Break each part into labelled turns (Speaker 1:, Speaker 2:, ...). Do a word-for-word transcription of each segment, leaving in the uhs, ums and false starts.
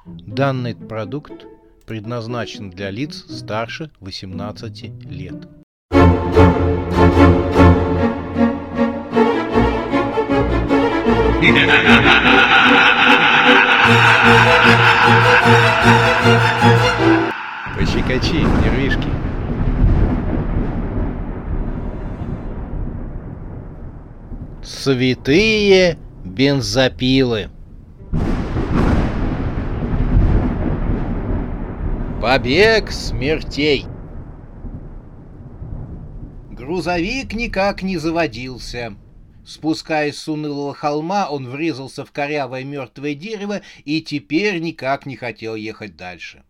Speaker 1: Данный продукт предназначен для лиц старше восемнадцати лет. Пощекочи, нервишки. Святые бензопилы. Побег смертей. Грузовик никак не заводился. Спускаясь с унылого холма, он врезался в корявое мертвое дерево и теперь никак не хотел ехать дальше.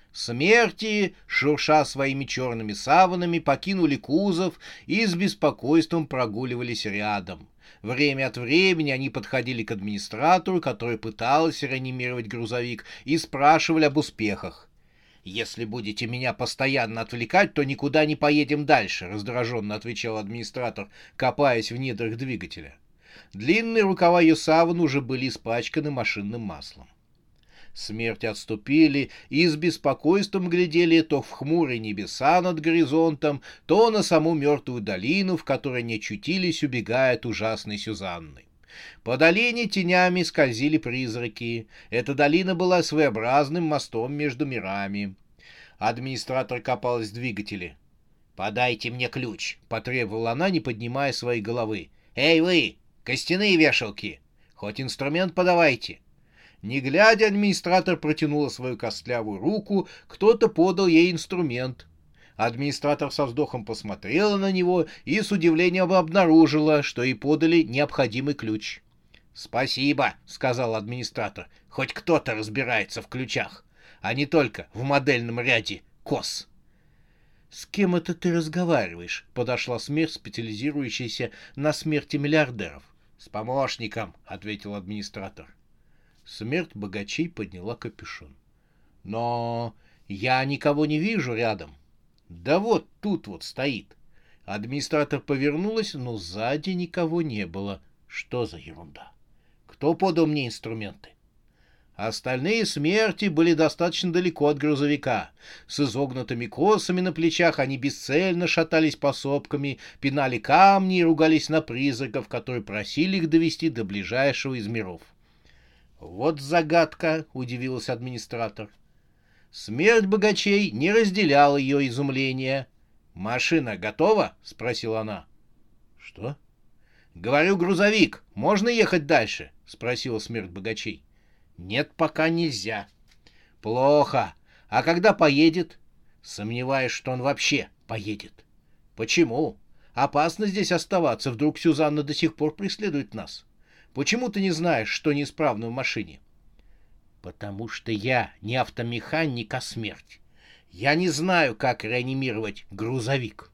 Speaker 1: Смерти, шурша своими черными саванами, покинули кузов и с беспокойством прогуливались рядом. Время от времени они подходили к администратору, который пытался реанимировать грузовик, и спрашивали об успехах. «Если будете меня постоянно отвлекать, то никуда не поедем дальше», — раздраженно отвечал администратор, копаясь в недрах двигателя. Длинные рукава ее саван уже были испачканы машинным маслом. Смерти отступили и с беспокойством глядели то в хмурые небеса над горизонтом, то на саму мертвую долину, в которой они очутились, убегая от ужасной Сюзанны. По долине тенями скользили призраки. Эта долина была своеобразным мостом между мирами. Администратор копалась в двигателе. «Подайте мне ключ», — потребовала она, не поднимая своей головы. «Эй вы, костяные вешалки! Хоть инструмент подавайте!» Не глядя, администратор протянула свою костлявую руку, кто-то подал ей инструмент. Администратор со вздохом посмотрела на него и с удивлением обнаружила, что ей подали необходимый ключ. «Спасибо», — сказал администратор, — «хоть кто-то разбирается в ключах, а не только в модельном ряде КОС». «С кем это ты разговариваешь?» — подошла смерть, специализирующаяся на смерти миллиардеров. «С помощником», — ответил администратор. Смерть богачей подняла капюшон. «Но я никого не вижу рядом». «Да вот тут вот стоит». Администратор повернулась, но сзади никого не было. Что за ерунда? Кто подал мне инструменты? Остальные смерти были достаточно далеко от грузовика. С изогнутыми косами на плечах они бесцельно шатались по сопками, пинали камни и ругались на призраков, которые просили их довести до ближайшего из миров. «Вот загадка», — удивился администратор. Смерть богачей не разделяла ее изумления. «Машина готова?» — спросила она. «Что?» «Говорю, грузовик. Можно ехать дальше?» — спросила смерть богачей. «Нет, пока нельзя». «Плохо. А когда поедет?» «Сомневаюсь, что он вообще поедет». «Почему? Опасно здесь оставаться. Вдруг Сюзанна до сих пор преследует нас. Почему ты не знаешь, что неисправно в машине?» «Потому что я не автомеханик, а смерть. Я не знаю, как реанимировать грузовик».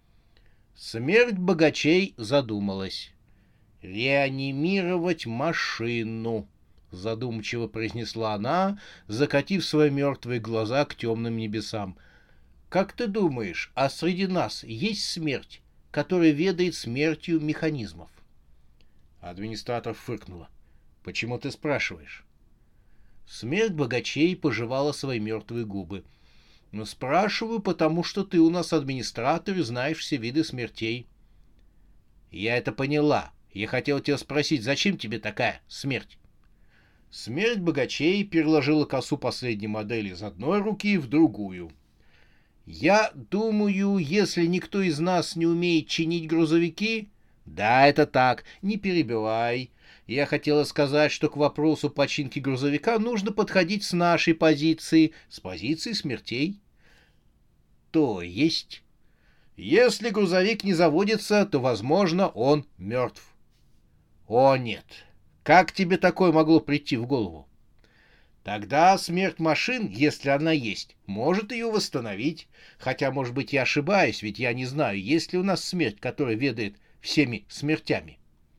Speaker 1: Смерть богачей задумалась. «Реанимировать машину», — задумчиво произнесла она, закатив свои мертвые глаза к темным небесам. «Как ты думаешь, а среди нас есть смерть, которая ведает смертью механизмов?» Администратор фыркнула. «Почему ты спрашиваешь?» Смерть богачей пожевала свои мертвые губы. «Но спрашиваю, потому что ты у нас администратор и знаешь все виды смертей». «Я это поняла. Я хотел тебя спросить, зачем тебе такая смерть?» Смерть богачей переложила косу последней модели из одной руки в другую. «Я думаю, если никто из нас не умеет чинить грузовики...» «Да, это так. Не перебивай. Я хотела сказать, что к вопросу починки грузовика нужно подходить с нашей позиции, с позиции смертей». «То есть...» «Если грузовик не заводится, то, возможно, он мертв». «О, нет. Как тебе такое могло прийти в голову?» «Тогда смерть машин, если она есть, может ее восстановить. Хотя, может быть, я ошибаюсь, ведь я не знаю, есть ли у нас смерть, которая ведает всеми смертями».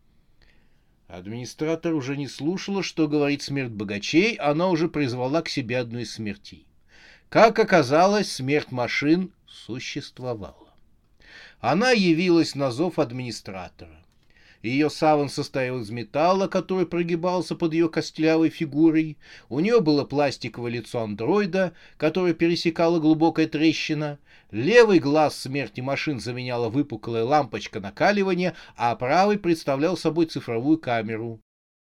Speaker 1: Администратор уже не слушала, что говорит смерть богачей, она уже призвала к себе одну из смертей. Как оказалось, смерть машин существовала. Она явилась на зов администратора. Ее саван состоял из металла, который прогибался под ее костлявой фигурой. У нее было пластиковое лицо андроида, которое пересекала глубокая трещина. Левый глаз смерти машин заменяла выпуклая лампочка накаливания, а правый представлял собой цифровую камеру.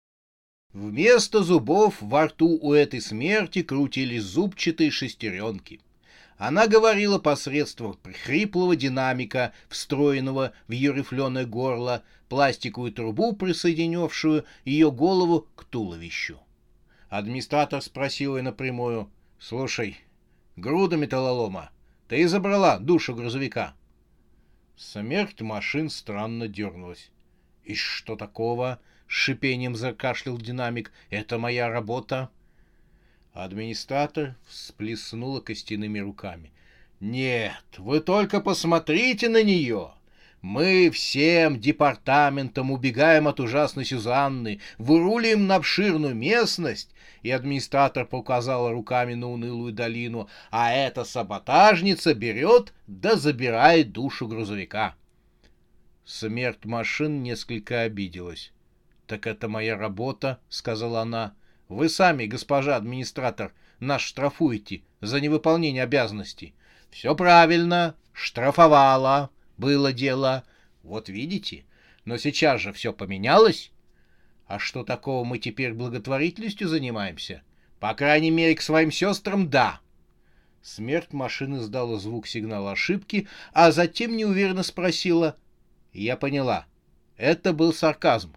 Speaker 1: Вместо зубов во рту у этой смерти крутились зубчатые шестеренки. Она говорила посредством хриплого динамика, встроенного в ее рифленое горло, пластиковую трубу, присоединившую ее голову к туловищу. Администратор спросил ее напрямую: «Слушай, груда металлолома, ты забрала душу грузовика?» Смерть машин странно дернулась. «И что такого?» — с шипением закашлял динамик. «Это моя работа». Администратор всплеснула костяными руками. «Нет, вы только посмотрите на нее! Мы всем департаментом убегаем от ужасной Сюзанны, вырулим на обширную местность». И администратор показала руками на унылую долину. «А эта саботажница берет да забирает душу грузовика». Смерть машин несколько обиделась. «Так это моя работа», — сказала она. «Вы сами, госпожа администратор, нас штрафуете за невыполнение обязанностей». «Все правильно, штрафовала, было дело. Вот видите, но сейчас же все поменялось. А что такого, мы теперь благотворительностью занимаемся? По крайней мере, к своим сестрам — да». Смерть машины издала звук сигнала ошибки, а затем неуверенно спросила: «Я поняла, это был сарказм».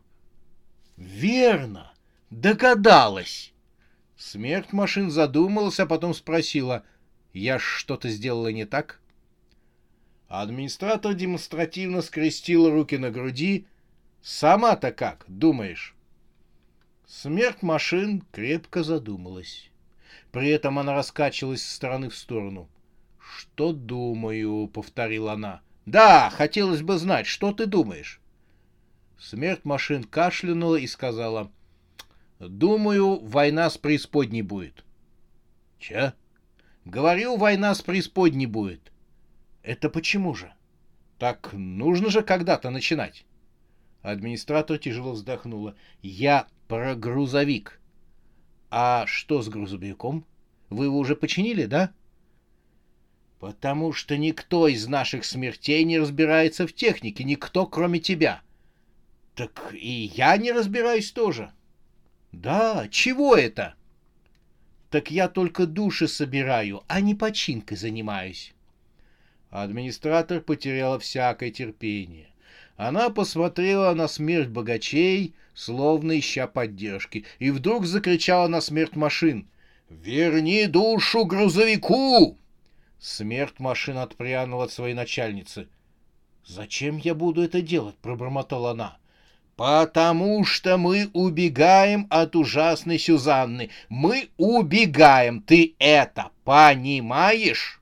Speaker 1: «Верно! Догадалась!» Смерть машин задумалась, а потом спросила: «Я что-то сделала не так?» Администратор демонстративно скрестила руки на груди. «Сама-то как, думаешь?» Смерть машин крепко задумалась. При этом она раскачивалась с стороны в сторону. «Что думаю?» — повторила она. «Да, хотелось бы знать, что ты думаешь?» Смерть машин кашлянула и сказала: «Думаю, война с преисподней будет». «Че?» «Говорю, война с преисподней будет». «Это почему же?» «Так нужно же когда-то начинать». Администратор тяжело вздохнула. «Я про грузовик». «А что с грузовиком? Вы его уже починили, да?» «Потому что никто из наших смертей не разбирается в технике, никто, кроме тебя». «Так и я не разбираюсь тоже». «Да, чего это?» «Так я только души собираю, а не починкой занимаюсь». Администратор потеряла всякое терпение. Она посмотрела на смерть богачей, словно ища поддержки, и вдруг закричала на смерть машин: «Верни душу грузовику!» Смерть машин отпрянула от своей начальницы. «Зачем я буду это делать?» — пробормотала она. «Потому что мы убегаем от ужасной Сюзанны. Мы убегаем. Ты это понимаешь?»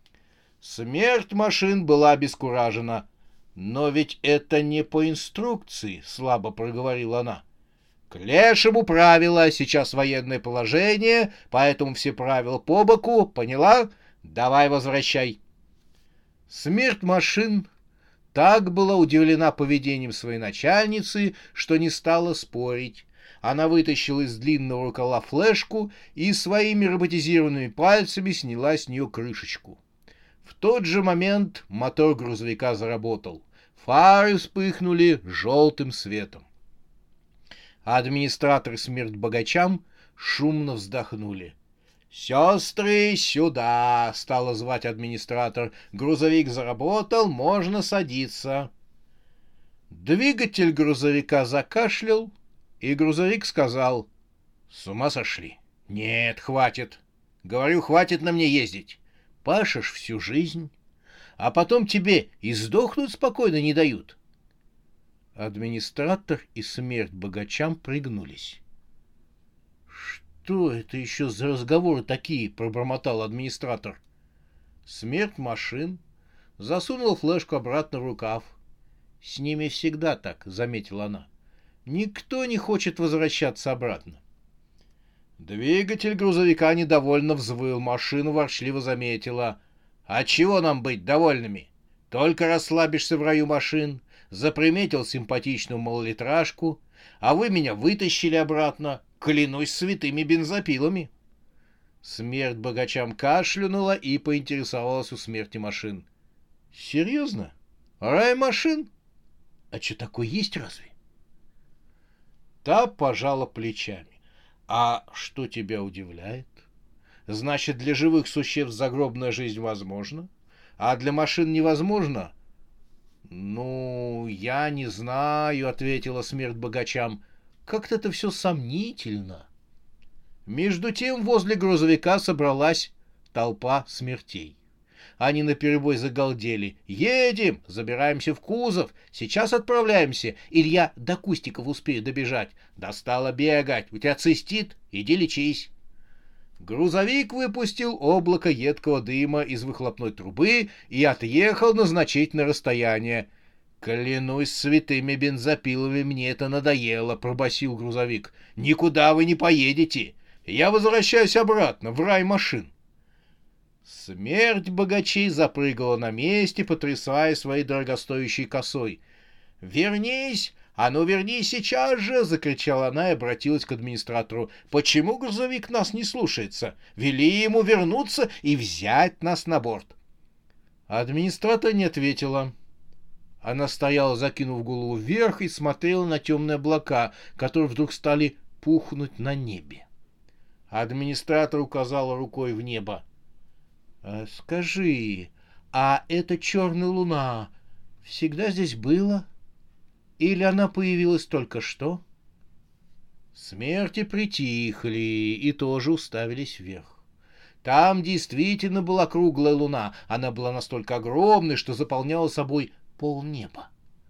Speaker 1: Смерть машин была обескуражена. «Но ведь это не по инструкции», — слабо проговорила она. «К лешему правила, сейчас военное положение, поэтому все правила по боку, поняла? Давай возвращай». Смерть машин так была удивлена поведением своей начальницы, что не стала спорить. Она вытащила из длинного рукава флешку и своими роботизированными пальцами сняла с нее крышечку. В тот же момент мотор грузовика заработал. Фары вспыхнули желтым светом. Администратор смерть богачам шумно вздохнули. «Сестры, сюда!» — стала звать администратор. «Грузовик заработал, можно садиться». Двигатель грузовика закашлял, и грузовик сказал: «С ума сошли? Нет, хватит. Говорю, хватит на мне ездить. Пашешь всю жизнь, а потом тебе и сдохнуть спокойно не дают». Администратор и смерть богачам пригнулись. «Что это еще за разговоры такие?» — пробормотал администратор. Смерть машин засунул флешку обратно в рукав. «С ними всегда так», — заметила она. «Никто не хочет возвращаться обратно». Двигатель грузовика недовольно взвыл, машина ворчливо заметила: «А чего нам быть довольными? Только расслабишься в раю машин, Заприметил симпатичную малолитражку, а вы меня вытащили обратно, клянусь святыми бензопилами. Смерть богачам кашлянула и поинтересовалась у смерти машин. — Серьезно? Рай машин? А что, такое есть разве? Та пожала плечами. — А что тебя удивляет? Значит, для живых существ загробная жизнь возможна, а для машин невозможно? — Ну, я не знаю, — ответила смерть богачам. — Как-то это все сомнительно. Между тем возле грузовика собралась толпа смертей. Они наперебой загалдели. «Едем! Забираемся в кузов! Сейчас отправляемся! Илья, до кустиков успею добежать! Достало бегать! У тебя цистит? Иди лечись!» Грузовик выпустил облако едкого дыма из выхлопной трубы и отъехал на значительное расстояние. «Клянусь святыми бензопилами, мне это надоело!» — пробасил грузовик. «Никуда вы не поедете! Я возвращаюсь обратно, в рай машин!» Смерть богачей запрыгала на месте, потрясая своей дорогостоящей косой. «Вернись! А ну вернись сейчас же!» — закричала она и обратилась к администратору. «Почему грузовик нас не слушается? Вели ему вернуться и взять нас на борт!» Администратор не ответила. Она стояла, закинув голову вверх, и смотрела на темные облака, которые вдруг стали пухнуть на небе. Администратор указала рукой в небо. «Скажи, а эта черная луна всегда здесь была? Или она появилась только что?» Смерти притихли и тоже уставились вверх. Там действительно была круглая луна. Она была настолько огромной, что заполняла собой полнеба.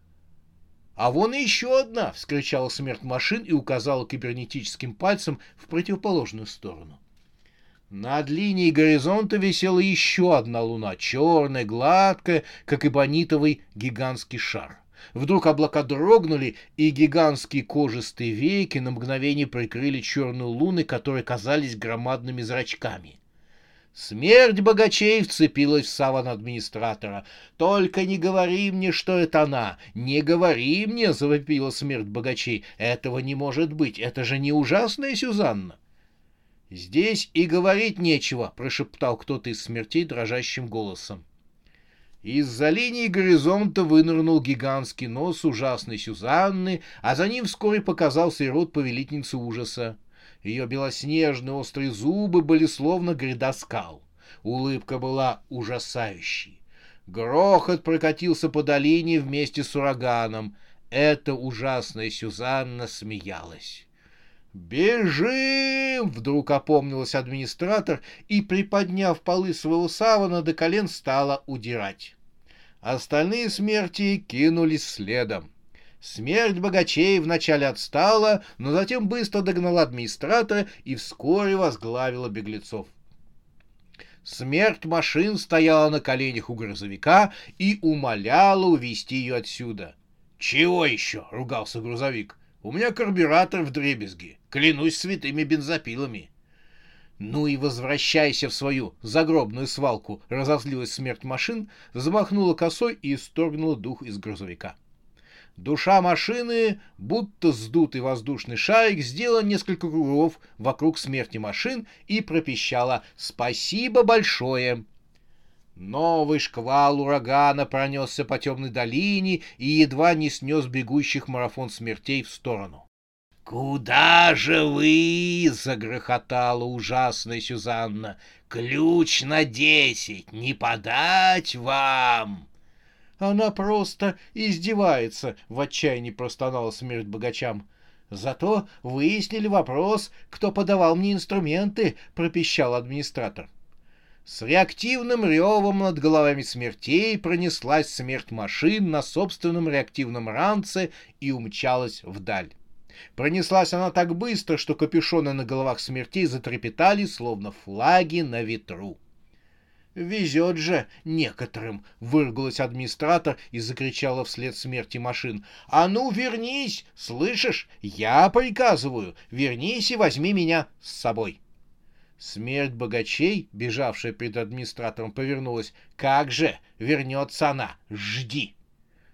Speaker 1: «А вон и еще одна!» — вскричала смерть машин и указала кибернетическим пальцем в противоположную сторону. Над линией горизонта висела еще одна луна, черная, гладкая, как эбонитовый гигантский шар. Вдруг облака дрогнули, и гигантские кожистые веки на мгновение прикрыли черные луны, которые казались громадными зрачками. Смерть богачей вцепилась в саван администратора. «Только не говори мне, что это она! Не говори мне!» — завопила смерть богачей. «Этого не может быть! Это же не ужасная Сюзанна!» «Здесь и говорить нечего!» — прошептал кто-то из смертей дрожащим голосом. Из-за линии горизонта вынырнул гигантский нос ужасной Сюзанны, а за ним вскоре показался и рот повелительницы ужаса. Ее белоснежные острые зубы были словно гряда скал. Улыбка была ужасающей. Грохот прокатился по долине вместе с ураганом. Эта ужасная Сюзанна смеялась. «Бежим!» — вдруг опомнилась администратор и, приподняв полы своего савана до колен, стала удирать. Остальные смерти кинулись следом. Смерть богачей вначале отстала, но затем быстро догнала администратора и вскоре возглавила беглецов. Смерть машин стояла на коленях у грузовика и умоляла увезти ее отсюда. «Чего еще?» — ругался грузовик. «У меня карбюратор вдребезги. Клянусь святыми бензопилами». «Ну и возвращайся в свою загробную свалку!» — разозлилась смерть машин, взмахнула косой и исторгнула дух из грузовика. Душа машины, будто сдутый воздушный шарик, сделала несколько кругов вокруг смерти машин и пропищала «Спасибо большое!». Новый шквал урагана пронесся по темной долине и едва не снес бегущих марафон смертей в сторону. «Куда же вы?» — загрохотала ужасная Сюзанна. «Ключ на десять не подать вам!» «Она просто издевается!» — в отчаянии простонала смерть богачам. «Зато выяснили вопрос, кто подавал мне инструменты!» — пропищал администратор. С реактивным ревом над головами смертей пронеслась смерть машин на собственном реактивном ранце и умчалась вдаль. Пронеслась она так быстро, что капюшоны на головах смертей затрепетали, словно флаги на ветру. «Везет же некоторым!» — выругалась администратор и закричала вслед смерти машин. «А ну, вернись! Слышишь? Я приказываю! Вернись и возьми меня с собой!» Смерть богачей, бежавшая перед администратором, повернулась. «Как же! Вернется она! Жди!»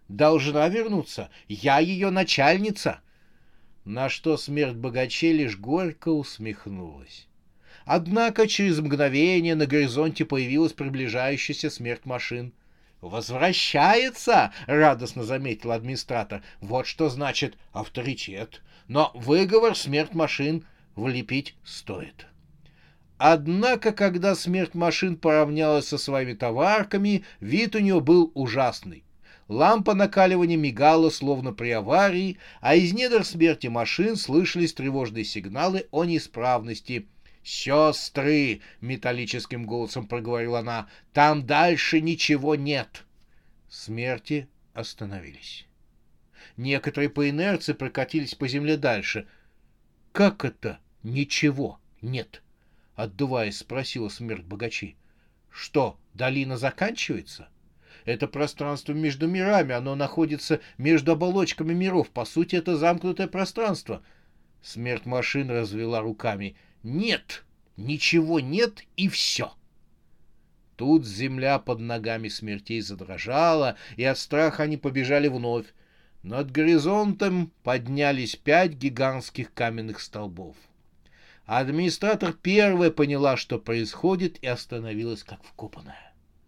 Speaker 1: должна вернуться. Я ее начальница. На что смерть богачей лишь горько усмехнулась. Однако через мгновение на горизонте появилась приближающаяся смерть машин. «Возвращается!» — радостно заметил администратор. «Вот что значит авторитет. Но выговор смерть машин влепить стоит». Однако, когда смерть машин поравнялась со своими товарками, вид у нее был ужасный. Лампа накаливания мигала, словно при аварии, а из недр смерти машин слышались тревожные сигналы о неисправности. «Сестры!» — металлическим голосом проговорила она. «Там дальше ничего нет!» Смерти остановились. Некоторые по инерции прокатились по земле дальше. «Как это ничего нет?» — отдуваясь, спросила смерть богачей. «Что, долина заканчивается?» Это пространство между мирами, оно находится между оболочками миров. По сути, это замкнутое пространство. Смерть машин развела руками. Нет, ничего нет и все. Тут земля под ногами смертей задрожала, и от страха они побежали вновь. Над горизонтом поднялись пять гигантских каменных столбов. Администратор первая поняла, что происходит, и остановилась как вкопанная.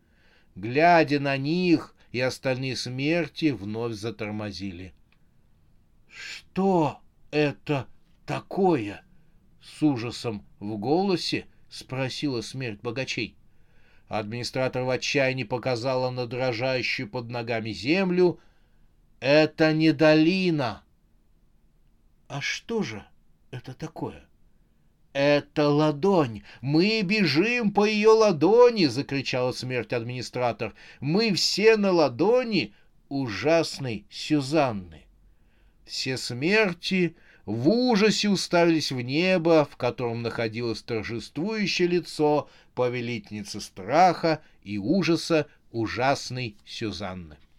Speaker 1: Глядя на них, и остальные смерти вновь затормозили. «Что это такое?» — с ужасом в голосе спросила смерть богачей. Администратор в отчаянии показала на дрожащую под ногами землю. «Это не долина!» «А что же это такое?» «Это ладонь! Мы бежим по ее ладони!» — закричала смерть администратор. «Мы все на ладони ужасной Сюзанны!» Все смерти в ужасе уставились в небо, в котором находилось торжествующее лицо повелительницы страха и ужаса ужасной Сюзанны.